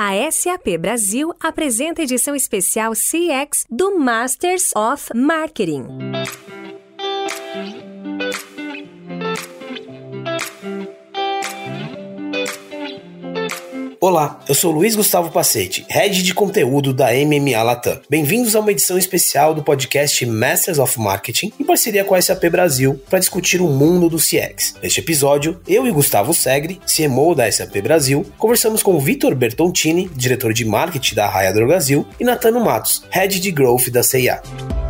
A SAP Brasil apresenta a edição especial CX do Masters of Marketing. Olá, eu sou Luiz Gustavo Pacete, Head de Conteúdo da MMA Latam. Bem-vindos a uma edição especial do podcast Masters of Marketing, em parceria com a SAP Brasil, para discutir o mundo do CX. Neste episódio, eu e Gustavo Segre, CMO da SAP Brasil, conversamos com Vitor Bertontini, diretor de marketing da Raia Drogasil, e Natano Matos, Head de Growth da CIA.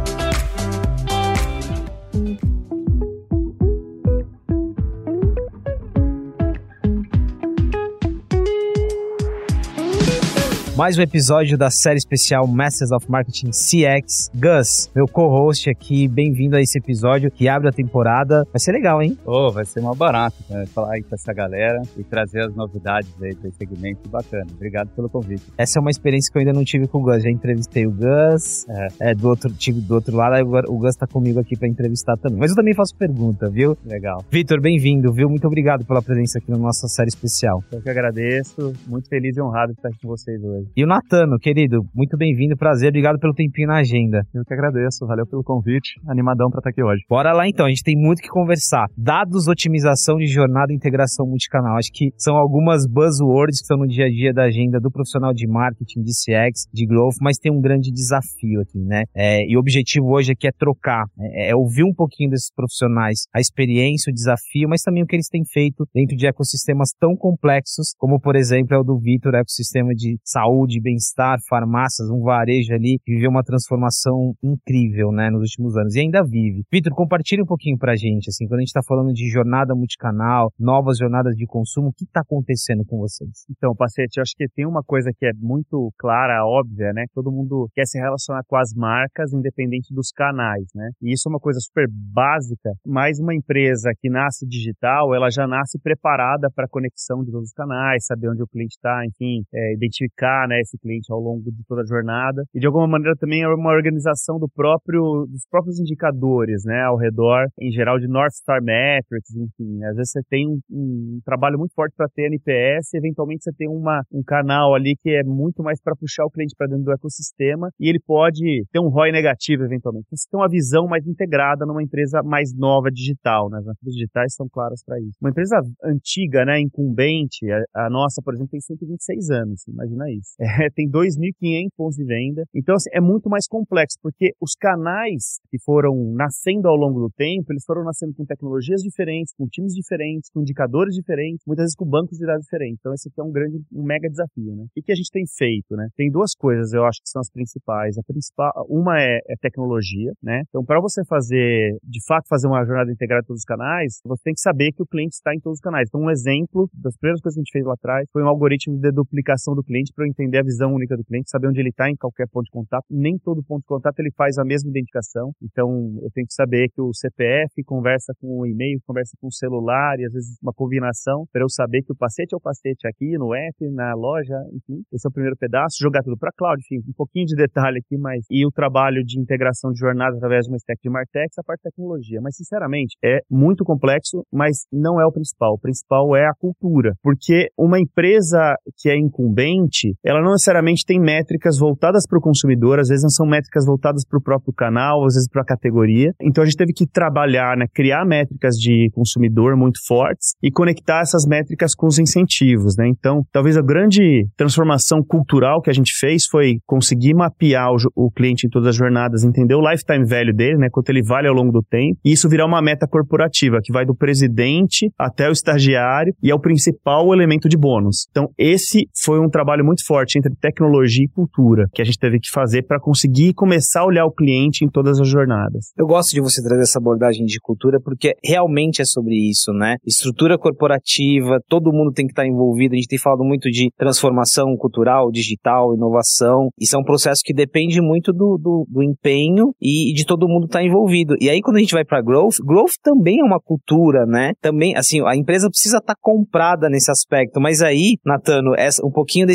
Mais um episódio da série especial Masters of Marketing CX. Gus, meu co-host aqui, bem-vindo a esse episódio que abre a temporada. Vai ser legal, hein? Vai ser uma barata, né? Falar aí com essa galera e trazer as novidades aí desse segmento bacana. Obrigado pelo convite. Essa é uma experiência que eu ainda não tive com o Gus. Já entrevistei o Gus, tive do outro lado, aí o Gus tá comigo aqui pra entrevistar também. Mas eu também faço pergunta, viu? Legal. Vitor, bem-vindo, viu? Muito obrigado pela presença aqui na nossa série especial. Eu que agradeço, muito feliz e honrado de estar aqui com vocês hoje. E o Natano, querido, muito bem-vindo, prazer, obrigado pelo tempinho na agenda. Eu que agradeço, valeu pelo convite, animadão pra estar aqui hoje. Bora lá então, a gente tem muito que conversar. Dados, otimização de jornada e integração multicanal, acho que são algumas buzzwords que estão no dia a dia da agenda do profissional de marketing, de CX, de growth, mas tem um grande desafio aqui, né? E o objetivo hoje aqui é trocar, é ouvir um pouquinho desses profissionais, a experiência, o desafio, mas também o que eles têm feito dentro de ecossistemas tão complexos, como por exemplo é o do Vitor, ecossistema de saúde, bem-estar, farmácias, um varejo ali que viveu uma transformação incrível, né, nos últimos anos e ainda vive. Vitor, compartilha um pouquinho pra gente, assim, quando a gente tá falando de jornada multicanal, novas jornadas de consumo, o que tá acontecendo com vocês? Então, Pacete, eu acho que tem uma coisa que é muito clara, óbvia, né, todo mundo quer se relacionar com as marcas independente dos canais, né, e isso é uma coisa super básica, mas uma empresa que nasce digital, ela já nasce preparada para a conexão de todos os canais, saber onde o cliente tá, enfim, identificar, né, esse cliente ao longo de toda a jornada, e de alguma maneira também é uma organização dos próprios indicadores, né, ao redor, em geral de North Star Metrics, enfim, né? Às vezes você tem um trabalho muito forte para ter NPS, e eventualmente você tem um canal ali que é muito mais para puxar o cliente para dentro do ecossistema, e ele pode ter um ROI negativo eventualmente. Então, você tem uma visão mais integrada numa empresa mais nova digital, né? As empresas digitais são claras para isso. Uma empresa antiga, né, incumbente, a nossa, por exemplo, tem 126 anos, imagina isso. Tem 2.500 pontos de venda. Então, assim, é muito mais complexo, porque os canais que foram nascendo ao longo do tempo, eles foram nascendo com tecnologias diferentes, com times diferentes, com indicadores diferentes, muitas vezes com bancos de dados diferentes. Então, esse aqui é um mega desafio, né? O que a gente tem feito, né? Tem duas coisas, eu acho que são as principais. A principal, uma é tecnologia, né? Então, para você de fato, fazer uma jornada integrada de todos os canais, você tem que saber que o cliente está em todos os canais. Então, um exemplo das primeiras coisas que a gente fez lá atrás foi um algoritmo de deduplicação do cliente para eu entender a visão única do cliente, saber onde ele está em qualquer ponto de contato. Nem todo ponto de contato ele faz a mesma identificação. Então, eu tenho que saber que o CPF conversa com o e-mail, conversa com o celular, e às vezes uma combinação, para eu saber que o Pacete é o Pacete aqui no app, na loja, enfim. Esse é o primeiro pedaço. Jogar tudo para a cloud, enfim, um pouquinho de detalhe aqui, mas... E o trabalho de integração de jornada através de uma stack de Martech, essa parte de tecnologia. Mas, sinceramente, é muito complexo, mas não é o principal. O principal é a cultura. Porque uma empresa que é incumbente, ela não necessariamente tem métricas voltadas para o consumidor, às vezes não são métricas voltadas para o próprio canal, às vezes para a categoria. Então a gente teve que trabalhar, né, criar métricas de consumidor muito fortes e conectar essas métricas com os incentivos, né? Então, talvez a grande transformação cultural que a gente fez foi conseguir mapear o cliente em todas as jornadas, entender o lifetime value dele, né, quanto ele vale ao longo do tempo, e isso virar uma meta corporativa, que vai do presidente até o estagiário e é o principal elemento de bônus. Então, esse foi um trabalho muito forte entre tecnologia e cultura que a gente teve que fazer para conseguir começar a olhar o cliente em todas as jornadas. Eu gosto de você trazer essa abordagem de cultura porque realmente é sobre isso, né? Estrutura corporativa, todo mundo tem que estar envolvido. A gente tem falado muito de transformação cultural, digital, inovação. Isso é um processo que depende muito do empenho e de todo mundo estar envolvido. E aí, quando a gente vai para growth também é uma cultura, né? Também, assim, a empresa precisa estar comprada nesse aspecto. Mas aí, Natano, um pouquinho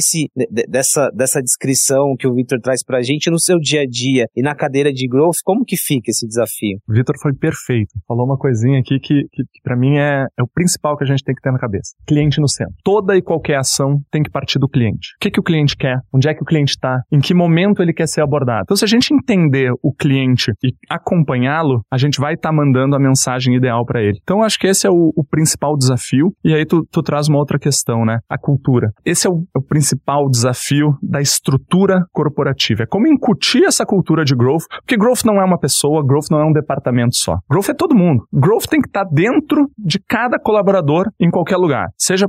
dessa descrição que o Vitor traz pra gente no seu dia a dia e na cadeira de growth, como que fica esse desafio? O Vitor foi perfeito. Falou uma coisinha aqui que pra mim é o principal que a gente tem que ter na cabeça. Cliente no centro. Toda e qualquer ação tem que partir do cliente. O que o cliente quer? Onde é que o cliente está? Em que momento ele quer ser abordado? Então, se a gente entender o cliente e acompanhá-lo, a gente vai estar mandando a mensagem ideal para ele. Então, acho que esse é o principal desafio. E aí tu traz uma outra questão, né? A cultura. Esse é o principal desafio da estrutura corporativa. É como incutir essa cultura de growth, porque growth não é uma pessoa, growth não é um departamento só. Growth é todo mundo. Growth tem que estar dentro de cada colaborador em qualquer lugar. Seja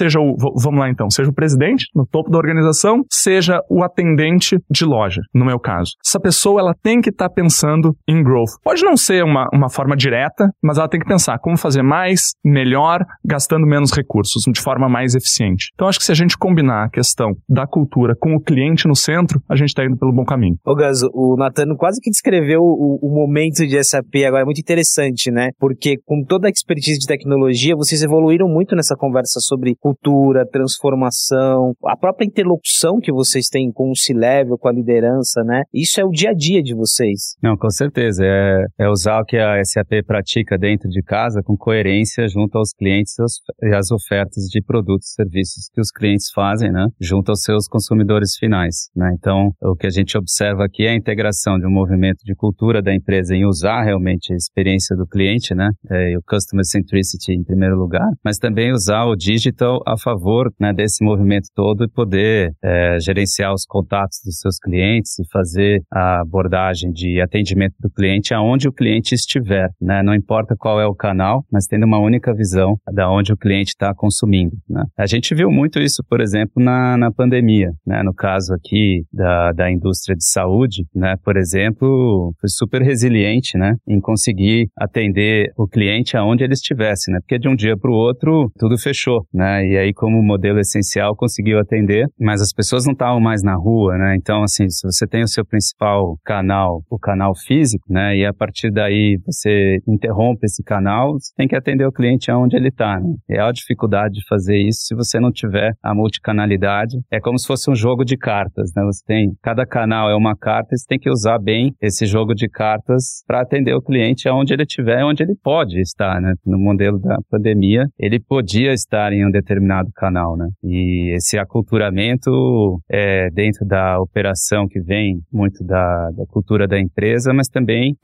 o presidente no topo da organização, seja o atendente de loja, no meu caso. Essa pessoa, ela tem que estar pensando em growth. Pode não ser uma forma direta, mas ela tem que pensar como fazer mais, melhor, gastando menos recursos, de forma mais eficiente. Então, acho que se a gente combinar a questão da cultura com o cliente no centro, a gente está indo pelo bom caminho. Ô Gus, o Natano quase que descreveu o momento de SAP agora. É muito interessante, né? Porque com toda a expertise de tecnologia, vocês evoluíram muito nessa conversa sobre cultura, transformação, a própria interlocução que vocês têm com o C-Level, com a liderança, né? Isso é o dia a dia de vocês. Não, com certeza. É usar o que a SAP pratica dentro de casa com coerência junto aos clientes e às ofertas de produtos e serviços que os clientes fazem, né? Junto aos seus consumidores finais, né? Então, o que a gente observa aqui é a integração de um movimento de cultura da empresa em usar realmente a experiência do cliente, né? E o Customer Centricity em primeiro lugar, mas também usar o digital a favor, né, desse movimento todo e poder gerenciar os contatos dos seus clientes e fazer a abordagem de atendimento do cliente aonde o cliente estiver, né? Não importa qual é o canal, mas tendo uma única visão da onde o cliente está consumindo, né? A gente viu muito isso, por exemplo, na pandemia, né? No caso aqui da indústria de saúde, né? Por exemplo, foi super resiliente, né? Em conseguir atender o cliente aonde ele estivesse, né? Porque de um dia para o outro, tudo fechou, né? E aí, como modelo essencial, conseguiu atender, mas as pessoas não estavam mais na rua, né? Então, assim, se você tem o seu principal canal, o canal físico, né? E a partir daí você interrompe esse canal, você tem que atender o cliente aonde ele está, né? É a dificuldade de fazer isso se você não tiver a multicanalidade. É como se fosse um jogo de cartas, né? Você tem, cada canal é uma carta e você tem que usar bem esse jogo de cartas para atender o cliente aonde ele estiver, onde ele pode estar, né? No modelo da pandemia, ele podia estar em um determinado canal, né? E esse aculturamento dentro da operação que vem muito da cultura da empresa, mas também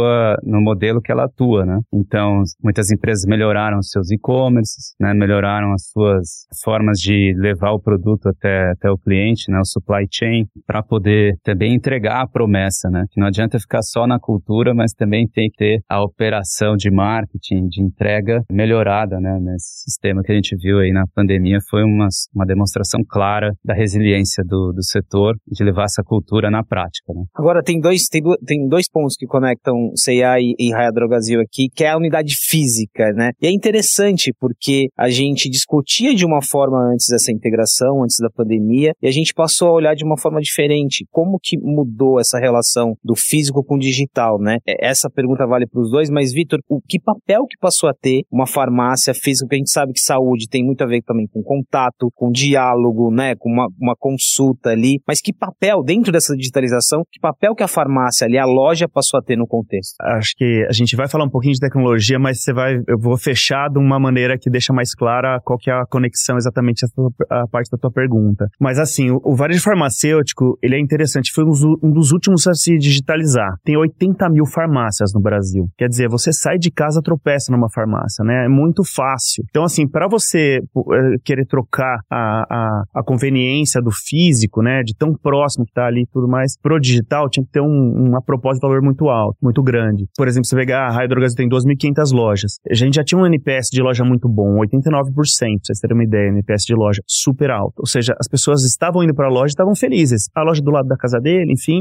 no modelo que ela atua, né? Então, muitas empresas melhoraram os seus e-commerces, né? Melhoraram as suas formas de levar o produto até o cliente, né? O supply chain, para poder também entregar a promessa, né? Que não adianta ficar só na cultura, mas também tem que ter a operação de marketing, de entrega melhorada, né? Nesse sistema que a gente viu aí na pandemia, foi uma demonstração clara da resiliência do setor de levar essa cultura na prática, né? Agora, tem dois pontos que conectam C&A e Raia Drogasil aqui, que é a unidade física, né? E é interessante porque a gente discutia de uma forma antes dessa integração, antes da pandemia, e a gente passou a olhar de uma forma diferente. Como que mudou essa relação do físico com o digital, né? Essa pergunta vale para os dois, mas, Vitor, que papel que passou a ter uma farmácia física, porque a gente sabe que saúde tem muito a ver também com contato, com diálogo, né? Com uma consulta ali, mas que papel, dentro dessa digitalização, que papel que a farmácia ali, a loja passou a ter no contexto? Acho que a gente vai falar um pouquinho de tecnologia, mas eu vou fechar de uma maneira que deixa mais clara qual que é a conexão exatamente a parte da tua pergunta. Mas assim, o varejo farmacêutico, ele é interessante, foi um dos últimos a se digitalizar. Tem 80 mil farmácias no Brasil. Quer dizer, você sai de casa, tropeça numa farmácia, né? É muito fácil. Então assim, para você querer trocar a conveniência do físico, né? De tão próximo que tá ali e tudo mais, pro digital, tinha que ter uma proposta de valor muito alto, muito grande. Por exemplo, você pegar a Raia Drogasil tem 2.500 lojas. A gente já tinha um NPS de loja muito bom, 89%, pra vocês terem uma ideia, NPS de loja super alto. Ou seja, as pessoas estavam indo para a loja e estavam felizes. A loja do lado da casa dele, enfim,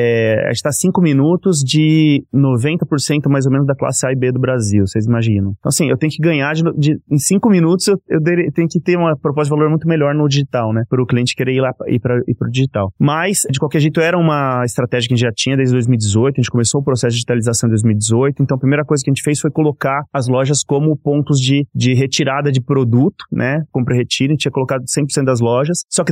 a gente está a 5 minutos de 90% mais ou menos da classe A e B do Brasil, vocês imaginam. Então assim, eu tenho que ganhar em 5 minutos, eu tenho que ter uma proposta de valor muito melhor no digital, né? Para o cliente querer ir para o digital. Mas, de qualquer jeito, era uma estratégia que a gente já tinha desde 2018, a gente começou o processo de digitalização em 2018, então a primeira coisa que a gente fez foi colocar as lojas como pontos de retirada de produto, né? Compra e retira, a gente tinha colocado 100% das lojas, só que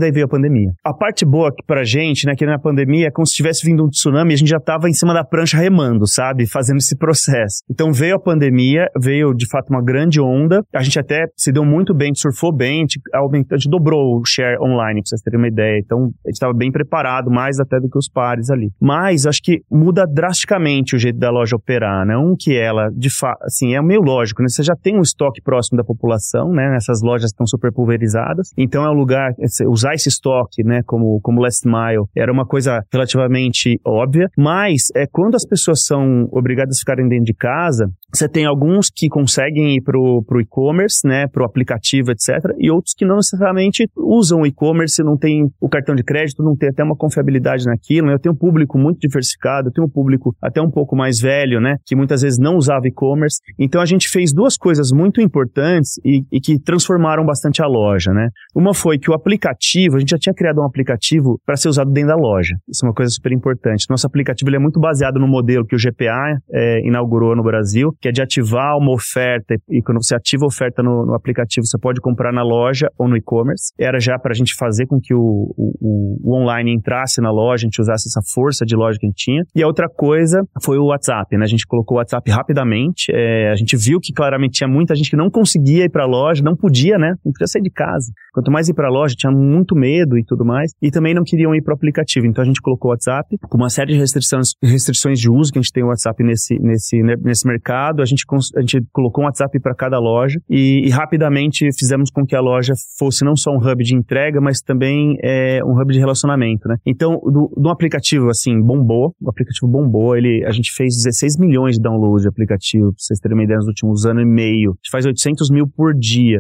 daí veio a pandemia. A parte boa aqui pra gente, né, que na pandemia é como se tivesse vindo um tsunami e a gente já tava em cima da prancha remando, sabe? Fazendo esse processo. Então veio a pandemia, veio de fato uma grande onda, a gente até se deu muito bem, surfou bem, a gente dobrou o share online, pra vocês terem uma ideia. Então a gente tava bem preparado, mais até do que os pares ali. Mas acho que muda drasticamente o jeito da loja operar, né? Que ela, de fato, assim, é meio lógico, né? Você já tem um estoque próximo da população, né? Essas lojas estão super pulverizadas, então é um lugar, usar esse estoque, né, como last mile, era uma coisa relativamente óbvia, mas quando as pessoas são obrigadas a ficarem dentro de casa, você tem alguns que conseguem ir pro e-commerce, né, pro aplicativo, etc., e outros que não necessariamente usam o e-commerce, não tem o cartão de crédito, não tem até uma confiabilidade naquilo, né? Eu tenho um público muito diversificado, eu tenho um público até um pouco mais velho, né, que muitas vezes não usava e-commerce. Então a gente fez duas coisas muito importantes e que transformaram bastante a loja, né? Uma foi que o aplicativo, a gente já tinha criado um aplicativo para ser usado dentro da loja. Isso é uma coisa super importante. Nosso aplicativo ele é muito baseado no modelo que o GPA inaugurou no Brasil, que é de ativar uma oferta, e quando você ativa a oferta no aplicativo, você pode comprar na loja ou no e-commerce. Era já para a gente fazer com que o online entrasse na loja, a gente usasse essa força de loja que a gente tinha. E a outra coisa foi o WhatsApp, né? A gente colocou o WhatsApp rapidamente, a gente viu que claramente tinha muita gente que não conseguia ir para a loja, não podia, né? Não podia sair de casa. Quanto mais ir para a loja, tinha muito medo e tudo mais, e também não queriam ir para o aplicativo. Então a gente colocou o WhatsApp com uma série de restrições de uso que a gente tem o WhatsApp nesse mercado. A gente colocou um WhatsApp para cada loja e rapidamente fizemos com que a loja fosse não só um hub de entrega, mas também um hub de relacionamento, né? Então, do aplicativo, assim, o aplicativo bombou, a gente fez 16 milhões de downloads de aplicativo, pra vocês terem uma ideia, nos últimos anos e meio. A gente faz 800 mil por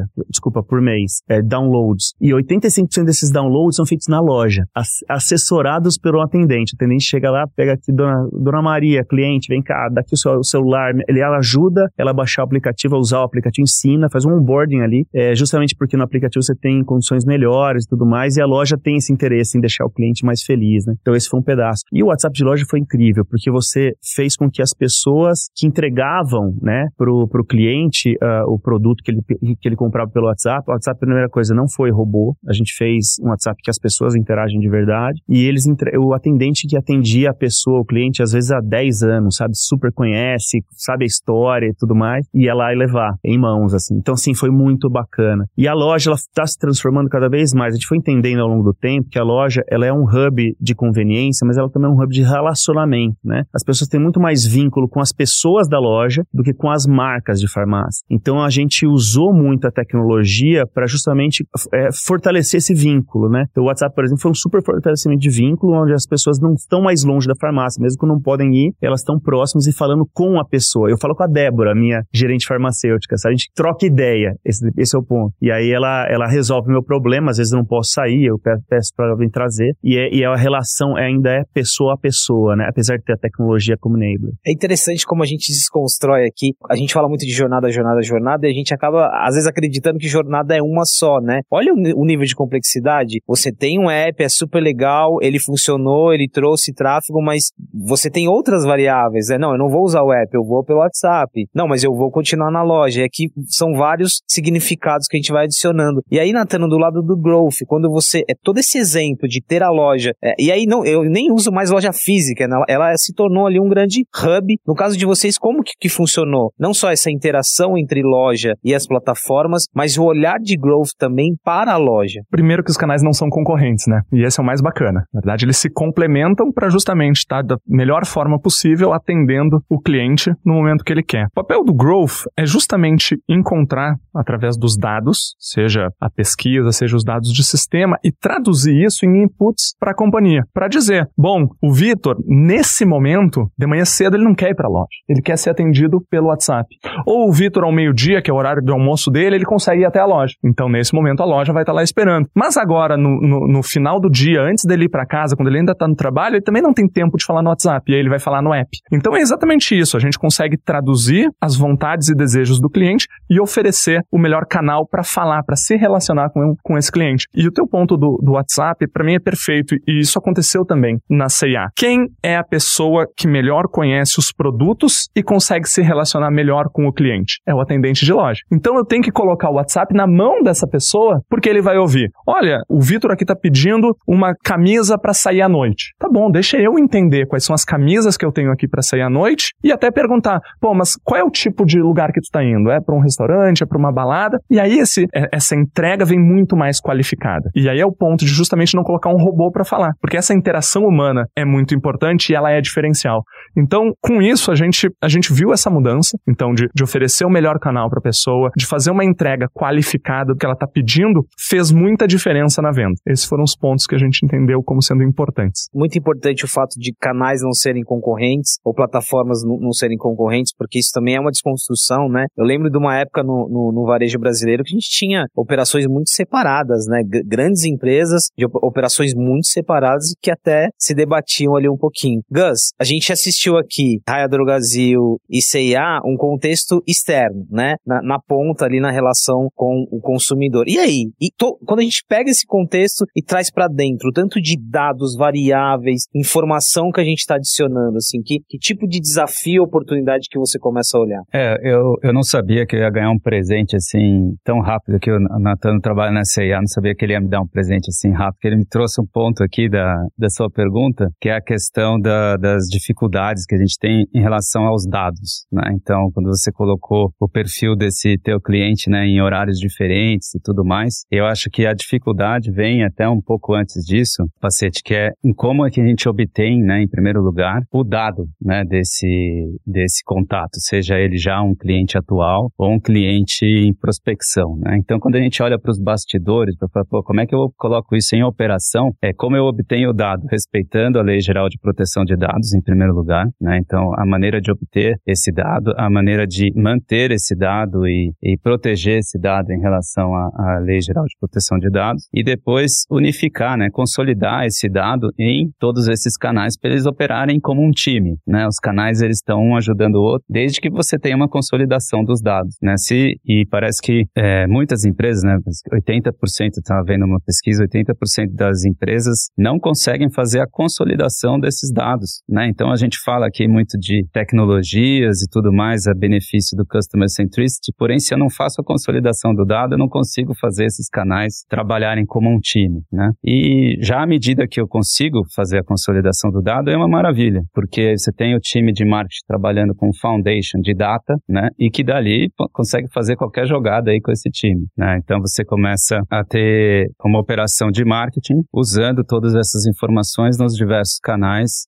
mês, downloads. E 85% desses downloads são feitos na loja, assessorados pelo atendente. O atendente chega lá, pega aqui, Dona Maria, cliente, vem cá, dá aqui o celular, ela ajuda ela a baixar o aplicativo, a usar o aplicativo, ensina, faz um onboarding ali, justamente porque no aplicativo você tem condições melhores e tudo mais, e a loja tem esse interesse em deixar o cliente mais feliz, né? Então esse foi um pedaço. E o WhatsApp de loja foi incrível, porque você fez com que as pessoas que entregavam, né, pro cliente o produto que ele comprava pelo WhatsApp, o WhatsApp, a primeira coisa, não foi robô, a gente fez um WhatsApp que as pessoas interagem de verdade, e o atendente que atendia a pessoa, o cliente, às vezes há 10 anos, sabe, super conhece, sabe a história e tudo mais, e ia lá e levar em mãos, assim. Então, assim, foi muito bacana. E a loja, ela tá se transformando cada vez mais. A gente foi entendendo ao longo do tempo que a loja, ela é um hub de conveniência, mas ela também é um hub de relacionamento, né? As pessoas têm muito mais vínculo com as pessoas da loja do que com as marcas de farmácia. Então, a gente usou muito a tecnologia para justamente fortalecer esse vínculo, né? Então, o WhatsApp, por exemplo, foi um super fortalecimento de vínculo, onde as pessoas não estão mais longe da farmácia, mesmo que não podem ir, elas estão próximas e falando com a pessoa. Eu falo com a Débora, minha gerente farmacêutica, sabe? A gente troca ideia, esse é o ponto. E aí ela resolve o meu problema, às vezes eu não posso sair, eu peço para ela vir trazer, e a relação ainda é pessoa a pessoa, né? Apesar de ter a tecnologia como enabler. É interessante como a gente desconstrói aqui, a gente fala muito de jornada, e a gente acaba, às vezes, acreditando que jornada é uma só, né? Olha o nível de complexidade, você tem um app, é super legal, ele funcionou, ele trouxe tráfego, mas você tem outras variáveis, né? Não, eu não vou usar o app, eu vou pelo WhatsApp. Não, mas eu vou continuar na loja. E aqui são vários significados que a gente vai adicionando. E aí, Natano, do lado do Growth, quando você... todo esse exemplo de ter a loja... e aí, não, eu nem uso mais loja física, né? Ela se tornou ali um grande hub. No caso de vocês, como que funcionou? Não só essa interação entre loja e as plataformas, mas o olhar de Growth também para a loja. Primeiro que os canais não são concorrentes, né? E esse é o mais bacana. Na verdade, eles se complementam para justamente estar da melhor forma possível atendendo o cliente no momento que ele quer. O papel do Growth é justamente encontrar, através dos dados, seja a pesquisa, seja os dados de sistema, e traduzir isso em inputs para a companhia. Para dizer, bom, o Vitor, nesse momento, de manhã cedo, ele não quer ir para a loja. Ele quer ser atendido pelo WhatsApp. Ou o Vitor, ao meio-dia, que é o horário do almoço dele, ele consegue ir até a loja. Então, nesse momento, a loja vai estar lá esperando. Mas agora, no final do dia, antes dele ir para casa, quando ele ainda está no trabalho, ele também não tem tempo de falar no WhatsApp, e aí ele vai falar no app. Então, é exatamente isso. A gente consegue traduzir as vontades e desejos do cliente e oferecer o melhor canal para falar, para se relacionar com esse cliente. E o teu ponto do WhatsApp, para mim, é perfeito. E isso aconteceu também na C&A. Quem é a pessoa que melhor conhece os produtos e consegue se relacionar melhor com o cliente? É o atendente de loja. Então, eu tenho que colocar o WhatsApp na mão dessa pessoa, porque ele vai ouvir, olha, olha, o Vitor aqui tá pedindo uma camisa para sair à noite. Tá bom, deixa eu entender quais são as camisas que eu tenho aqui para sair à noite e até perguntar, pô, mas qual é o tipo de lugar que tu tá indo? É para um restaurante, é para uma balada? E aí essa entrega vem muito mais qualificada. E aí é o ponto de justamente não colocar um robô para falar, porque essa interação humana é muito importante e ela é diferencial. Então, com isso, a gente viu essa mudança, então, de oferecer o melhor canal para a pessoa, de fazer uma entrega qualificada do que ela está pedindo, fez muita diferença na venda. Esses foram os pontos que a gente entendeu como sendo importantes. Muito importante o fato de canais não serem concorrentes, ou plataformas não serem concorrentes, porque isso também é uma desconstrução, né? Eu lembro de uma época no varejo brasileiro que a gente tinha operações muito separadas, né? Grandes empresas de operações muito separadas que até se debatiam ali um pouquinho. Gus, a gente assistiu aqui, Raia Drogasil e C&A, um contexto externo, né? Na ponta ali, na relação com o consumidor. E aí? Quando a gente pega esse contexto e traz para dentro, tanto de dados, variáveis, informação que a gente está adicionando, assim, que tipo de desafio, oportunidade que você começa a olhar? Eu não sabia que eu ia ganhar um presente assim, tão rápido, que o Natano trabalha na C&A, não sabia que ele ia me dar um presente assim rápido, que ele me trouxe um ponto aqui da sua pergunta, que é a questão das dificuldades que a gente tem em relação aos dados, né? Então, quando você colocou o perfil desse teu cliente, né, em horários diferentes e tudo mais, eu acho que a dificuldade vem até um pouco antes disso, Pacete, que é em como é que a gente obtém, né, em primeiro lugar, o dado, né, desse contato, seja ele já um cliente atual ou um cliente em prospecção, né? Então, quando a gente olha para os bastidores, para falar, pô, como é que eu coloco isso em operação? Como eu obtenho o dado? Respeitando a Lei Geral de Proteção de Dados, em primeiro lugar, né? Então, a maneira de obter esse dado, a maneira de manter esse dado e proteger esse dado em relação à Lei Geral de Proteção de Dados, e depois unificar, né? Consolidar esse dado em todos esses canais para eles operarem como um time, né? Os canais, eles estão um ajudando o outro, desde que você tenha uma consolidação dos dados, né? E parece que muitas empresas, né? 80%, estava vendo uma pesquisa, 80% das empresas não conseguem fazer a consolidação desses dados, né? Então, a gente fala aqui muito de tecnologias e tudo mais, a benefício do Customer Centricity, porém, se eu não faço a consolidação do dado, eu não consigo fazer esses canais trabalharem como um time, né? E já à medida que eu consigo fazer a consolidação do dado, é uma maravilha, porque você tem o time de marketing trabalhando com foundation de data, né? E que dali consegue fazer qualquer jogada aí com esse time, né? Então, você começa a ter uma operação de marketing usando todas essas informações nos diversos canais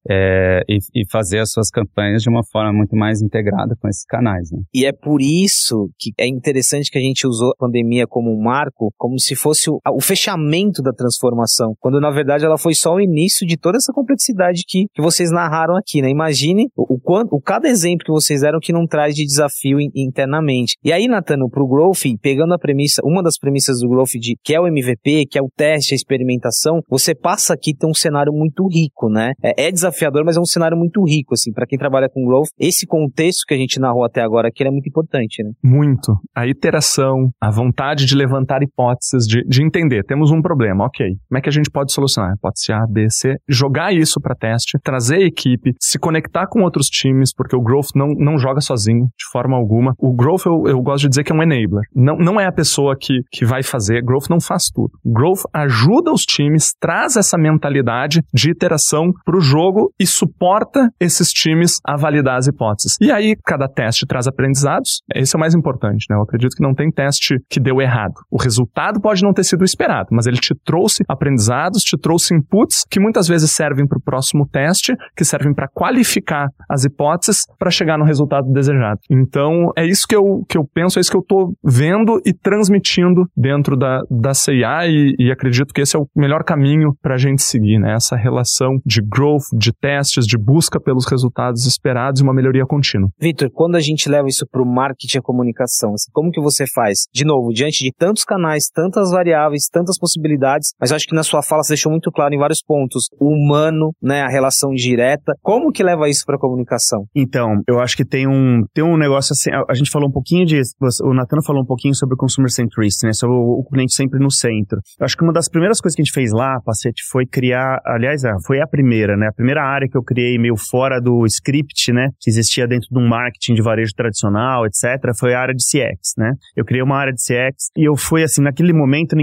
e fazer as suas campanhas de uma forma muito mais integrada com esses canais, né? E é por isso que é interessante que a gente usou a pandemia como um marco, como se fosse o fechamento da transformação, quando na verdade ela foi só o início de toda essa complexidade que vocês narraram aqui, né? Imagine cada exemplo que vocês deram que não traz de desafio internamente. E aí, Natano, pro Growth, pegando a premissa, uma das premissas do Growth, que é o MVP, que é o teste, a experimentação, você passa aqui ter um cenário muito rico, né? É desafiador, mas é um cenário muito rico, assim, para quem trabalha com Growth. Esse contexto que a gente narrou até agora aqui é muito importante, né? Muito. A iteração, a vontade de levantar hipóteses, de entender, temos um problema, ok. Como é que a gente pode solucionar? Hipótese A, B, C, jogar isso para teste, trazer a equipe, se conectar com outros times, porque o Growth não joga sozinho, de forma alguma. O Growth, eu gosto de dizer que é um enabler. Não é a pessoa que vai fazer, Growth não faz tudo. Growth ajuda os times, traz essa mentalidade de iteração pro jogo e suporta esses times a validar as hipóteses. E aí, cada teste traz aprendizados. Esse é o mais importante, né? Eu acredito que não tem teste que deu errado. O resultado pode não ter sido o esperado, mas ele te trouxe aprendizados, te trouxe inputs que muitas vezes servem para o próximo teste, que servem para qualificar as hipóteses para chegar no resultado desejado. Então, é isso que eu penso, é isso que eu estou vendo e transmitindo dentro da C&A e acredito que esse é o melhor caminho para a gente seguir, né? Essa relação de growth, de testes, de busca pelos resultados esperados e uma melhoria contínua. Vitor, quando a gente leva isso para o marketing e a comunicação, assim, como que você faz? De novo, diante de tantos canais, tantas variáveis, tantas possibilidades, mas eu acho que na sua fala você deixou muito claro em vários pontos, o humano, né, a relação direta, como que leva isso para a comunicação? Então, eu acho que tem um negócio assim, a gente falou um pouquinho o Natano falou um pouquinho sobre o Consumer Centricity, né, sobre o cliente sempre no centro. Eu acho que uma das primeiras coisas que a gente fez lá, Pacete, foi criar, aliás, foi a primeira, né, a primeira área que eu criei meio fora do script, né, que existia dentro de um marketing de varejo tradicional, etc., foi a área de CX, né. Eu criei uma área de CX e eu fui assim, naquele momento ninguém entendia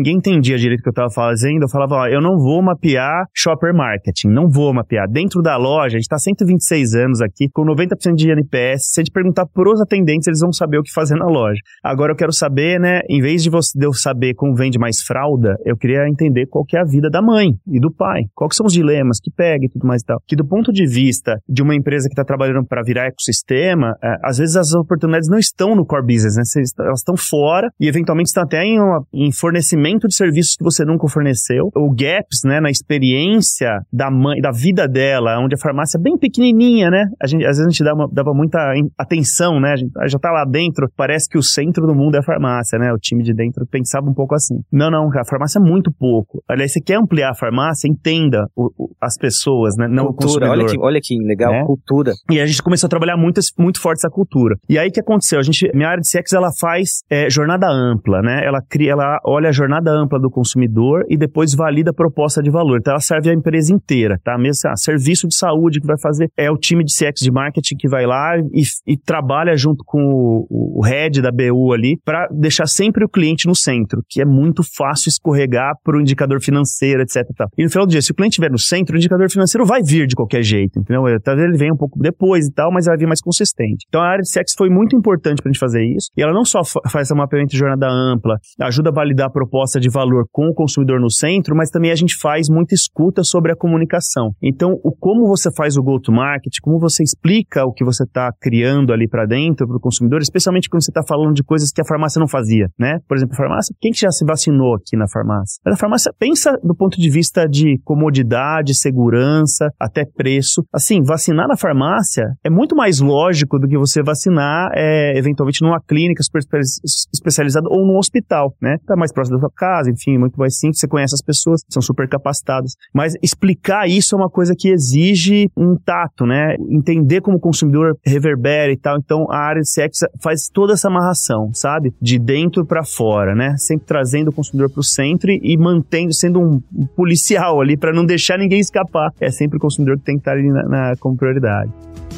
entendia direito o que eu estava fazendo, eu falava, ó, eu não vou mapear shopper marketing, não vou mapear. Dentro da loja, a gente está 126 anos aqui, com 90% de NPS, se a gente perguntar pros atendentes, eles vão saber o que fazer na loja. Agora eu quero saber, né, em vez de eu saber como vende mais fralda, eu queria entender qual que é a vida da mãe e do pai, quais são os dilemas que pega e tudo mais e tal. Que do ponto de vista de uma empresa que está trabalhando para virar ecossistema, às vezes as oportunidades não estão no core business, né? Elas estão fora e eventualmente estão até em fornecimento de serviços que você nunca forneceu, ou gaps, né, na experiência da mãe, da vida dela, onde a farmácia é bem pequenininha, né? Às vezes a gente dava muita atenção, né? A gente já tá lá dentro, parece que o centro do mundo é a farmácia, né? O time de dentro pensava um pouco assim. Não, a farmácia é muito pouco. Aliás, você quer ampliar a farmácia, entenda as pessoas, né? Não cultura, o consumidor. Olha que legal, né? Cultura. E a gente começou a trabalhar muito forte essa cultura. E aí o que aconteceu? Minha área de CX, ela faz jornada ampla, né? Ela olha a jornada ampla do consumidor e depois valida a proposta de valor. Então ela serve a empresa inteira, tá? Mesmo serviço de saúde que vai fazer, é o time de CX de marketing que vai lá e trabalha junto com o head da BU ali para deixar sempre o cliente no centro, que é muito fácil escorregar para o indicador financeiro, etc. Tal. E no final do dia, se o cliente estiver no centro, o indicador financeiro vai vir de qualquer jeito, entendeu? Talvez ele venha um pouco depois e tal, mas vai vir mais consistente. Então a área de CX foi muito importante para a gente fazer isso, e ela não só faz esse mapeamento de jornada ampla, ajuda a validar a proposta de valor com o consumidor no centro, mas também a gente faz muita escuta sobre a comunicação. Então, como você faz o go-to-market, como você explica o que você está criando ali para dentro, para o consumidor, especialmente quando você está falando de coisas que a farmácia não fazia, né? Por exemplo, a farmácia, quem que já se vacinou aqui na farmácia? Mas a farmácia pensa do ponto de vista de comodidade, segurança, até preço. Assim, vacinar na farmácia é muito mais lógico do que você vacinar, eventualmente, numa clínica super especializada ou num hospital, né? Tá mais próximo da sua casa, enfim, muito mais simples, você conhece as pessoas, são super capacitadas. Mas explicar isso é uma coisa que exige um tato, né? Entender como o consumidor reverbera e tal. Então, a área de CX faz toda essa amarração, sabe? De dentro para fora, né? Sempre trazendo o consumidor para o centro e sendo um policial ali para não deixar ninguém escapar. É sempre o consumidor que tem que estar ali como prioridade.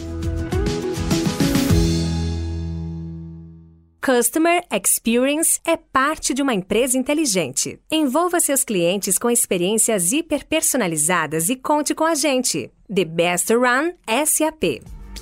Customer Experience é parte de uma empresa inteligente. Envolva seus clientes com experiências hiperpersonalizadas e conte com a gente. The Best Run SAP.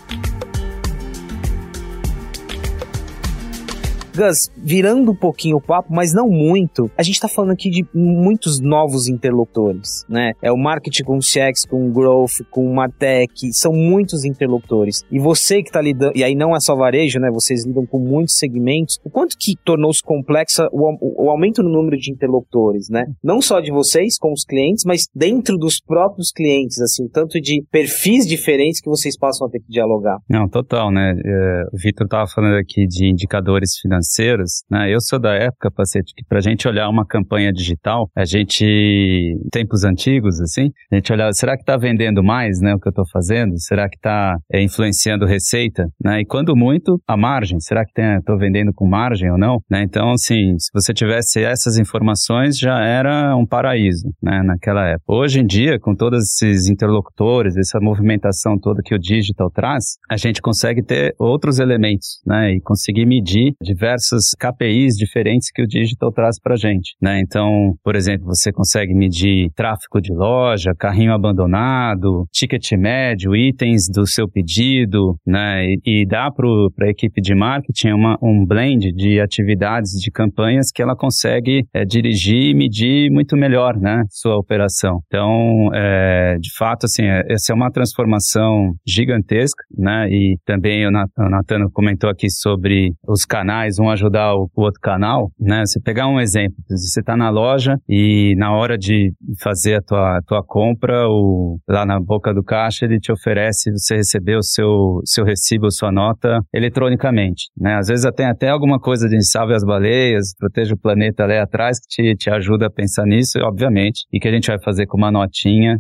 Gus, virando um pouquinho o papo, mas não muito, a gente tá falando aqui de muitos novos interlocutores, né? É o marketing com o CX, com o Growth, com o Martech, são muitos interlocutores. E você que tá lidando, e aí não é só varejo, né? Vocês lidam com muitos segmentos. O quanto que tornou-se complexa o aumento no número de interlocutores, né? Não só de vocês com os clientes, mas dentro dos próprios clientes, assim, o tanto de perfis diferentes que vocês passam a ter que dialogar. Não, total, né? O Vitor tava falando aqui de indicadores financeiros, né? Eu sou da época, Pacete, que pra gente olhar uma campanha digital, a gente, tempos antigos, assim, a gente olhava, será que tá vendendo mais, né, o que eu tô fazendo? Será que tá influenciando receita, né? E quando muito, a margem, será que tô vendendo com margem ou não, né? Então, assim, se você tivesse essas informações, já era um paraíso, né, naquela época. Hoje em dia, com todos esses interlocutores, essa movimentação toda que o digital traz, a gente consegue ter outros elementos, né, e conseguir medir diversos KPIs diferentes que o digital traz pra gente, né? Então, por exemplo, você consegue medir tráfego de loja, carrinho abandonado, ticket médio, itens do seu pedido, né? E dá pra equipe de marketing um blend de atividades, de campanhas que ela consegue dirigir e medir muito melhor, né? Sua operação. Então, de fato, assim, essa é uma transformação gigantesca, né? E também o Natano comentou aqui sobre os canais, um ajudar o outro canal, né? Você pegar um exemplo, você está na loja e na hora de fazer a tua compra, lá na boca do caixa, ele te oferece você receber o seu recibo, sua nota eletronicamente, né? Às vezes tem até alguma coisa de salve as baleias, proteja o planeta ali atrás, que te ajuda a pensar nisso, obviamente, e que a gente vai fazer com uma notinha depois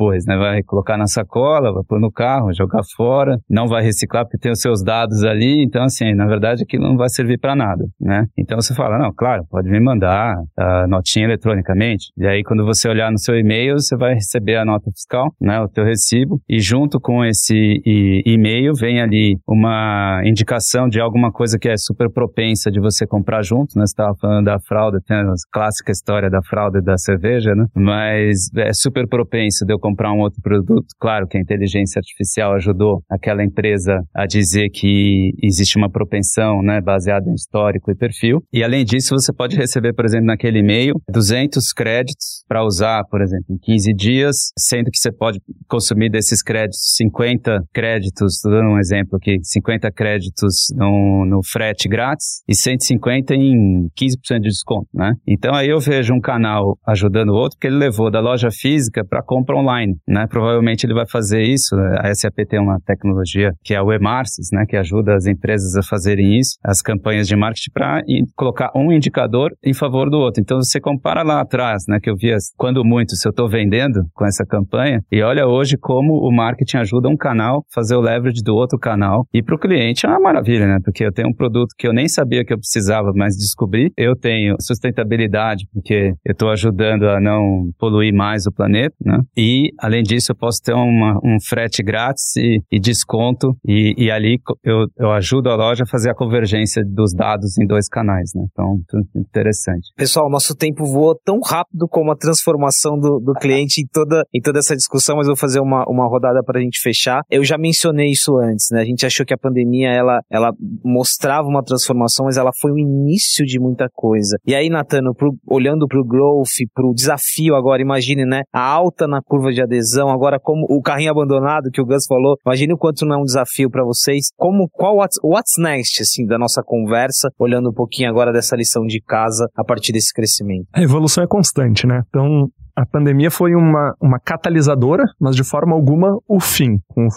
depois, né? Vai colocar na sacola, vai pôr no carro, jogar fora, não vai reciclar porque tem os seus dados ali, então assim, na verdade aquilo não vai servir para nada, né? Então você fala, não, claro, pode me mandar a notinha eletronicamente, e aí quando você olhar no seu e-mail, você vai receber a nota fiscal, né, o teu recibo, e junto com esse e-mail vem ali uma indicação de alguma coisa que é super propensa de você comprar junto, né? Você estava falando da fralda, tem a clássica história da fralda e da cerveja, né? Mas é super propenso de eu comprar um outro produto. Claro que a inteligência artificial ajudou aquela empresa a dizer que existe uma propensão, né, baseada em histórico e perfil. E além disso, você pode receber, por exemplo, naquele e-mail, 200 créditos para usar, por exemplo, em 15 dias, sendo que você pode consumir desses créditos 50 créditos, estou dando um exemplo aqui, 50 créditos no frete grátis e 150 em 15% de desconto, né? Então aí eu vejo um canal ajudando o outro, porque ele levou da loja física para compra online, né? Provavelmente ele vai fazer isso. A SAP tem uma tecnologia que é o e-marces, né? Que ajuda as empresas a fazerem isso, as campanhas de marketing, para colocar um indicador em favor do outro. Então você compara lá atrás, né? Que eu via, quando muito, se eu estou vendendo com essa campanha, e olha hoje como o marketing ajuda um canal a fazer o leverage do outro canal. E para o cliente é uma maravilha, né? Porque eu tenho um produto que eu nem sabia que eu precisava, mas descobri. Eu tenho sustentabilidade, porque eu estou ajudando a não poluir mais o planeta, né? E, além disso, eu posso ter um frete grátis e desconto. E ali eu ajudo a loja a fazer a convergência dos dados em 2 canais, né? Então, interessante. Pessoal, nosso tempo voa tão rápido como a transformação do cliente em toda essa discussão, mas eu vou fazer uma rodada para a gente fechar. Eu já mencionei isso antes, né? A gente achou que a pandemia, ela mostrava uma transformação, mas ela foi o início de muita coisa. E aí, Natano, olhando para o growth, para o desafio agora, imagine, né? A alta na curva de adesão, agora como o carrinho abandonado que o Gus falou, imagine o quanto não é um desafio para vocês. Qual what's next, assim, da nossa conversa, olhando um pouquinho agora dessa lição de casa a partir desse crescimento? A evolução é constante, né? Então, a pandemia foi uma catalisadora, mas de forma alguma o fim.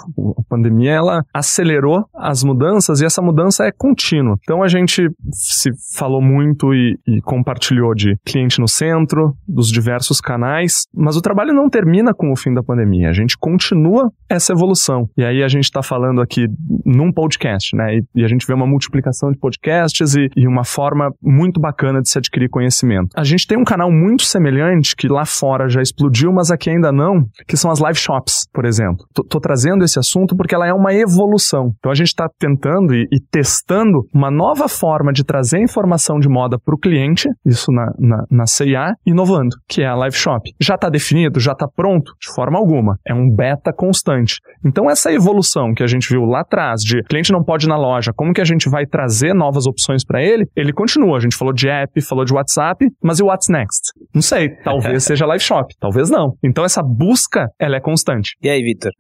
A pandemia, ela acelerou as mudanças e essa mudança é contínua. Então a gente se falou muito e compartilhou de cliente no centro, dos diversos canais, mas o trabalho não termina com o fim da pandemia. A gente continua essa evolução. E aí a gente está falando aqui num podcast, né? E a gente vê uma multiplicação de podcasts e uma forma muito bacana de se adquirir conhecimento. A gente tem um canal muito semelhante que lá fora já explodiu, mas aqui ainda não, que são as live shops, por exemplo. Tô trazendo esse assunto porque ela é uma evolução. Então a gente está tentando e testando uma nova forma de trazer informação de moda para o cliente, isso na C&A, inovando, que é a live shop. Já está definido? Já está pronto? De forma alguma. É um beta constante. Então essa evolução que a gente viu lá atrás, de cliente não pode ir na loja, como que a gente vai trazer novas opções para ele continua. A gente falou de app, falou de WhatsApp, mas e o what's next? Não sei, talvez seja live shop, talvez não. Então essa busca, ela é constante. E aí, Vitor?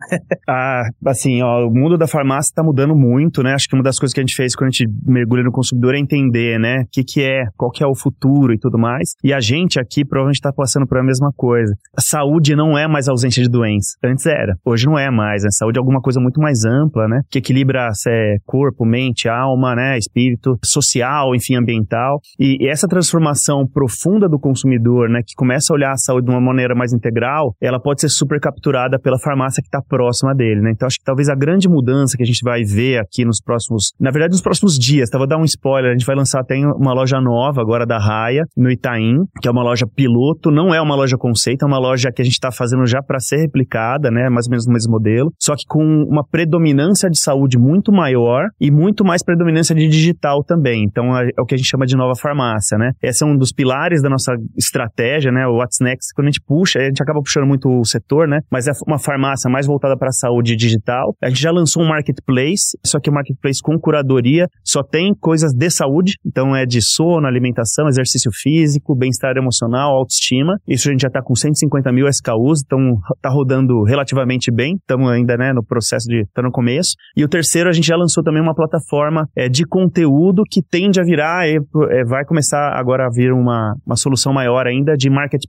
Assim, o mundo da farmácia está mudando muito, né? Acho que uma das coisas que a gente fez quando a gente mergulha no consumidor é entender, né? Qual que é o futuro e tudo mais. E a gente aqui provavelmente está passando por a mesma coisa. A saúde não é mais ausência de doença. Antes era. Hoje não é mais, né? Saúde é alguma coisa muito mais ampla, né? Que equilibra corpo, mente, alma, né? Espírito, social, enfim, ambiental. E essa transformação profunda do consumidor, né? Que começa a olhar a saúde de uma maneira mais integral, ela pode ser super capturada pela farmácia que está próxima dele, né? Então acho que talvez a grande mudança que a gente vai ver aqui nos próximos dias, vou dar um spoiler, a gente vai lançar até uma loja nova agora da Raia, no Itaim, que é uma loja piloto, não é uma loja conceito, é uma loja que a gente está fazendo já para ser replicada, né? Mais ou menos no mesmo modelo, só que com uma predominância de saúde muito maior e muito mais predominância de digital também. Então é o que a gente chama de nova farmácia, né? Esse é um dos pilares da nossa estratégia, né? O What's Next, quando a gente acaba puxando muito o setor, né? Mas é uma farmácia mais voltada para a saúde digital. A gente já lançou um marketplace, só que o marketplace com curadoria só tem coisas de saúde, então é de sono, alimentação, exercício físico, bem-estar emocional, autoestima. Isso a gente já está com 150 mil SKUs, então está rodando relativamente bem. Estamos ainda, né, no processo tá no começo. E o terceiro, a gente já lançou também uma plataforma de conteúdo que tende a virar, vai começar agora a vir uma solução maior ainda de marketplace de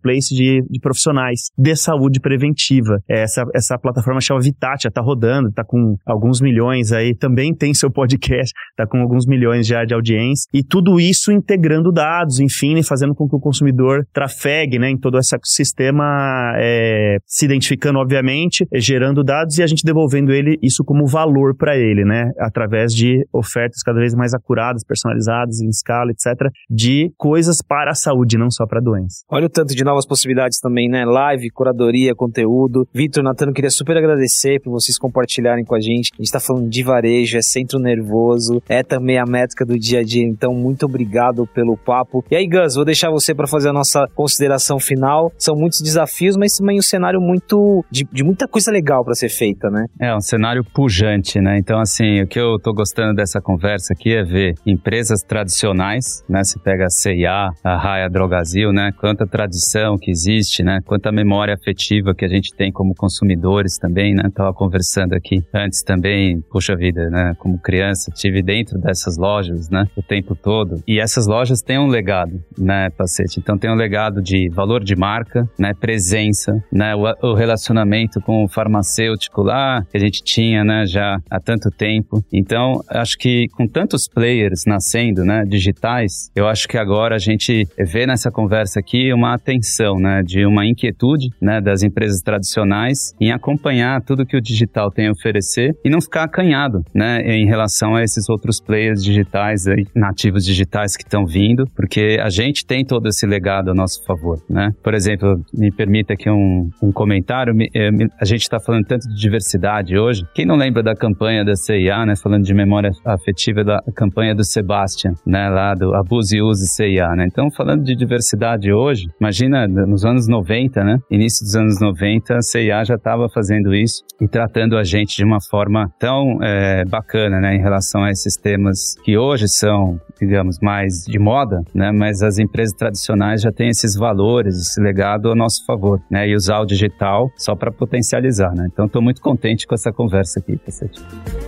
de profissionais de saúde preventiva. Essa plataforma chama Vitatia, está rodando, está com alguns milhões aí, também tem seu podcast, está com alguns milhões já de audiência, e tudo isso integrando dados, enfim, fazendo com que o consumidor trafegue, né, em todo esse ecossistema, se identificando, obviamente, gerando dados e a gente devolvendo ele isso como valor para ele, né, através de ofertas cada vez mais acuradas, personalizadas, em escala, etc., de coisas para a saúde, não só para a doença. Olha o tanto de novas possibilidades também, né? Live, curadoria, conteúdo. Vitor, Natano, queria super agradecer por vocês compartilharem com a gente. A gente tá falando de varejo, é centro nervoso, é também a métrica do dia a dia, então muito obrigado pelo papo. E aí, Gus, vou deixar você para fazer a nossa consideração final. São muitos desafios, mas também um cenário muito de muita coisa legal para ser feita, né? É um cenário pujante, né? Então, assim, o que eu tô gostando dessa conversa aqui é ver empresas tradicionais, né? Se pega a C&A, a Raia, a Drogasil, né? Quanta tradição que existe, né? Quanta memória afetiva que a gente tem como consumidores também, né? Tava conversando aqui antes também, puxa vida, né? Como criança, estive dentro dessas lojas, né? O tempo todo. E essas lojas têm um legado, né, Pacete? Então tem um legado de valor de marca, né? Presença, né? O relacionamento com o farmacêutico lá, que a gente tinha, né? Já há tanto tempo. Então, acho que com tantos players nascendo, né? Digitais, eu acho que agora a gente vê nessa conversa aqui uma atenção, né? De uma inquietude, né? Das empresas tradicionais em acompanhar tudo que o digital tem a oferecer e não ficar acanhado, né? Em relação a esses outros players digitais, aí, nativos digitais que estão vindo, porque a gente tem todo esse legado a nosso favor, né? Por exemplo, me permita aqui um comentário, a gente está falando tanto de diversidade hoje, quem não lembra da campanha da C&A, né? Falando de memória afetiva da campanha do Sebastian, né? Lá do Abuse e Use C&A, né? Então, falando de diversidade hoje, imagina nos anos 90, né? Início dos anos 90, a C&A já estava fazendo isso e tratando a gente de uma forma tão bacana, né? Em relação a esses temas que hoje são, digamos, mais de moda, né? Mas as empresas tradicionais já têm esses valores, esse legado a nosso favor, né? E usar o digital só para potencializar, né? Então, estou muito contente com essa conversa aqui, Pacete.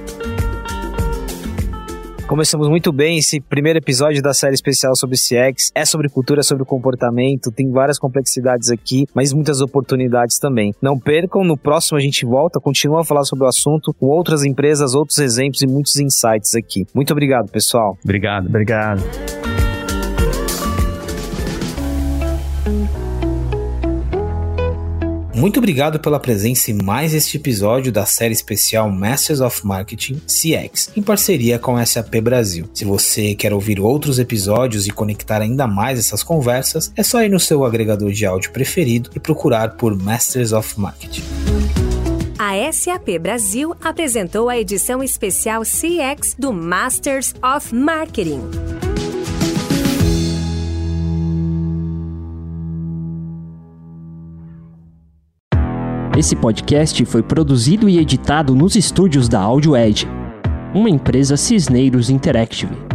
Começamos muito bem esse primeiro episódio da série especial sobre CX. É sobre cultura, é sobre comportamento, tem várias complexidades aqui, mas muitas oportunidades também. Não percam, no próximo a gente volta, continua a falar sobre o assunto com outras empresas, outros exemplos e muitos insights aqui. Muito obrigado, pessoal. Obrigado. Muito obrigado pela presença em mais este episódio da série especial Masters of Marketing CX, em parceria com a SAP Brasil. Se você quer ouvir outros episódios e conectar ainda mais essas conversas, é só ir no seu agregador de áudio preferido e procurar por Masters of Marketing. A SAP Brasil apresentou a edição especial CX do Masters of Marketing. Esse podcast foi produzido e editado nos estúdios da Audio Edge, uma empresa Cisneiros Interactive.